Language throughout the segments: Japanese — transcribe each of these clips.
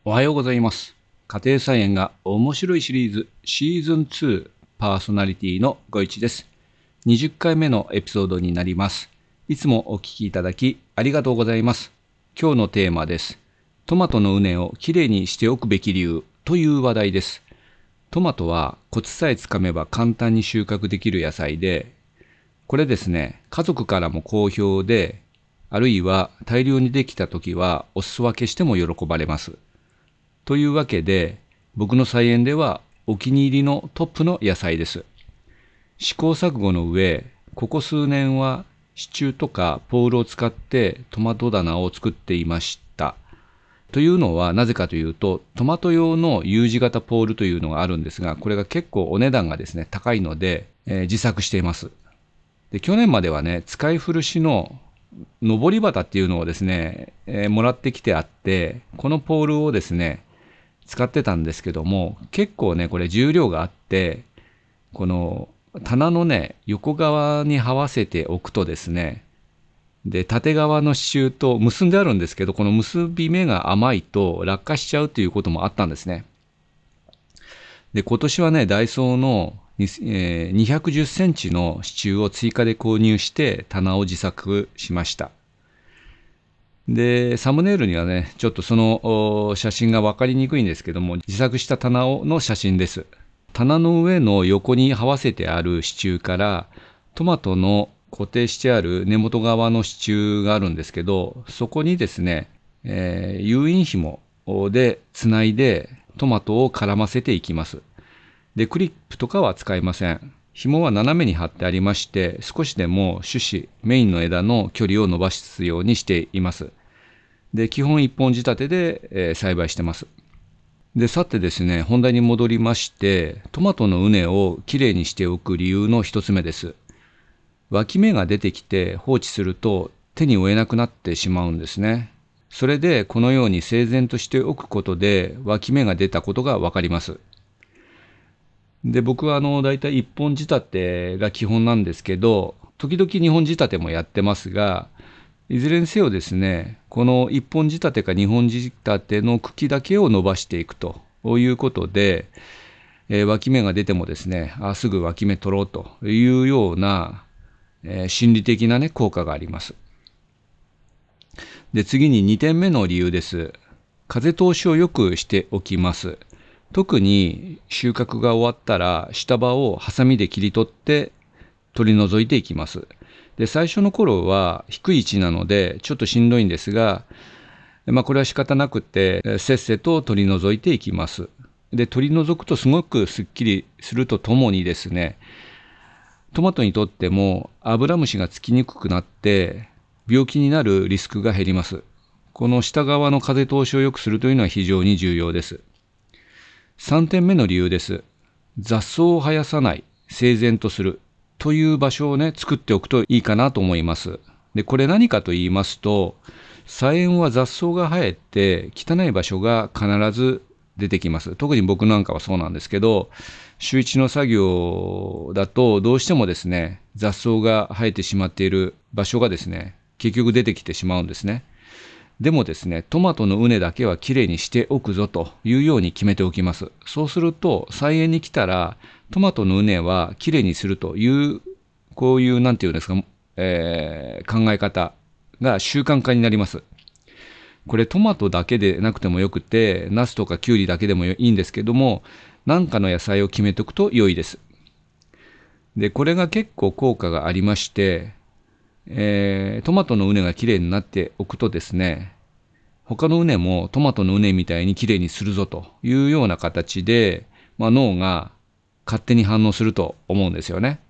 おはようございます。家庭菜園が面白いシリーズシーズン2パーソナリティのごいちです。20回目のエピソードになります。いつもお聞きいただきありがとうございます。今日のテーマです。トマトの畝をきれいにしておくべき理由という話題です。トマトはコツさえつかめば簡単に収穫できる野菜で、これですね、家族からも好評で、あるいは大量にできた時はお裾分けしても喜ばれます。というわけで、僕の菜園ではお気に入りのトップの野菜です。試行錯誤の上、ここ数年は支柱とかポールを使ってトマト棚を作っていました。というのはなぜかというと、トマト用の U 字型ポールというのがあるんですが、これが結構お値段がですね、高いので、自作しています。で、去年まではね、使い古しの上り旗っていうのをですね、もらってきてあって、このポールをですね、使ってたんですけども、結構ね、これ重量があって、この棚のね、横側に這わせておくとですね、で、縦側の支柱と結んであるんですけど、この結び目が甘いと落下しちゃうということもあったんですね。で、今年はね、ダイソーの210センチの支柱を追加で購入して棚を自作しました。で、サムネイルにはね、ちょっとその写真が分かりにくいんですけども、自作した棚の写真です。棚の上の横に這わせてある支柱から、トマトの固定してある根元側の支柱があるんですけど、そこにですね、誘引紐でつないでトマトを絡ませていきます。で、クリップとかは使いません。紐は斜めに貼ってありまして、少しでも種子、メインの枝の距離を伸ばすようにしています。で、基本一本仕立てで、栽培してます。で、さてですね、本題に戻りまして、トマトの畝をきれいにしておく理由の一つ目です。脇芽が出てきて放置すると手に負えなくなってしまうんですね。それでこのように整然としておくことで脇芽が出たことがわかります。で、僕はだいたい一本仕立てが基本なんですけど、時々二本仕立てもやってますが、いずれにせよですね、この一本仕立てか二本仕立ての茎だけを伸ばしていくということで、脇芽が出てもですね、すぐ脇芽取ろうというような、心理的なね、効果があります。で、次に2点目の理由です。風通しを良くしておきます。特に収穫が終わったら下葉をハサミで切り取って取り除いていきます。で、最初の頃は低い位置なのでちょっとしんどいんですが、これは仕方なくてせっせと取り除いていきます。で、取り除くとすごくすっきりするとともにですね、トマトにとってもアブラムシがつきにくくなって病気になるリスクが減ります。この下側の風通しを良くするというのは非常に重要です。3点目の理由です。雑草を生やさない、整然とするという場所をね、作っておくといいかなと思います。で、これ何かと言いますと、菜園は雑草が生えて汚い場所が必ず出てきます。特に僕なんかはそうなんですけど、週一の作業だとどうしてもですね、雑草が生えてしまっている場所がですね、結局出てきてしまうんですね。でもですね、トマトの畝だけはきれいにしておくぞというように決めておきます。そうすると、菜園に来たら、トマトの畝はきれいにするという、こういう、なんていうんですか、考え方が習慣化になります。これトマトだけでなくてもよくて、ナスとかキュウリだけでもいいんですけども、何かの野菜を決めておくと良いです。で、これが結構効果がありまして、トマトの畝がきれいになっておくとですね、他の畝もトマトの畝みたいにきれいにするぞというような形で、脳が勝手に反応すると思うんですよね。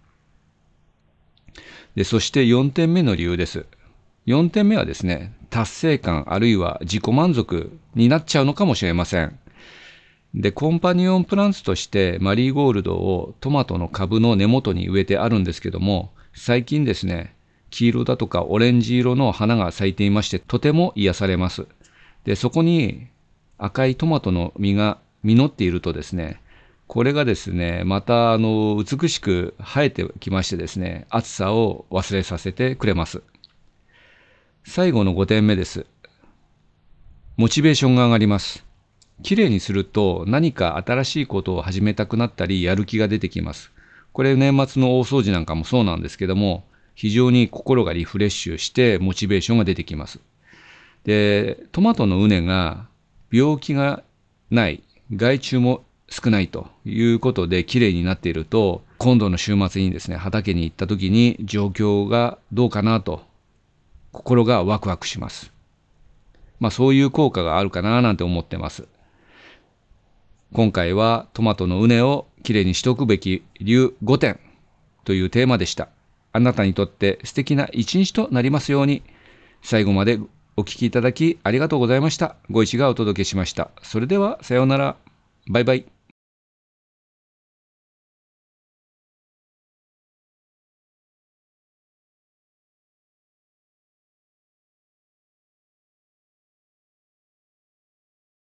で、そして4点目の理由です。4点目はですね、達成感あるいは自己満足になっちゃうのかもしれません。で、コンパニオンプランツとしてマリーゴールドをトマトの株の根元に植えてあるんですけども、最近ですね、黄色だとかオレンジ色の花が咲いていまして、とても癒されます。で、そこに赤いトマトの実が実っているとですね、これがですね、また美しく生えてきましてですね、暑さを忘れさせてくれます。最後の5点目です。モチベーションが上がります。 きれいにすると何か新しいことを始めたくなったりやる気が出てきます。これ年末の大掃除なんかもそうなんですけども、非常に心がリフレッシュしてモチベーションが出てきます。で、トマトの畝が病気がない、害虫も少ないということできれいになっていると、今度の週末にですね、畑に行った時に状況がどうかなと心がワクワクします。そういう効果があるかななんて思ってます。今回はトマトの畝をきれいにしておくべき理由5点というテーマでした。あなたにとって素敵な一日となりますように。最後までお聞きいただきありがとうございました。ご一がお届けしました。それではさようなら。バイバイ。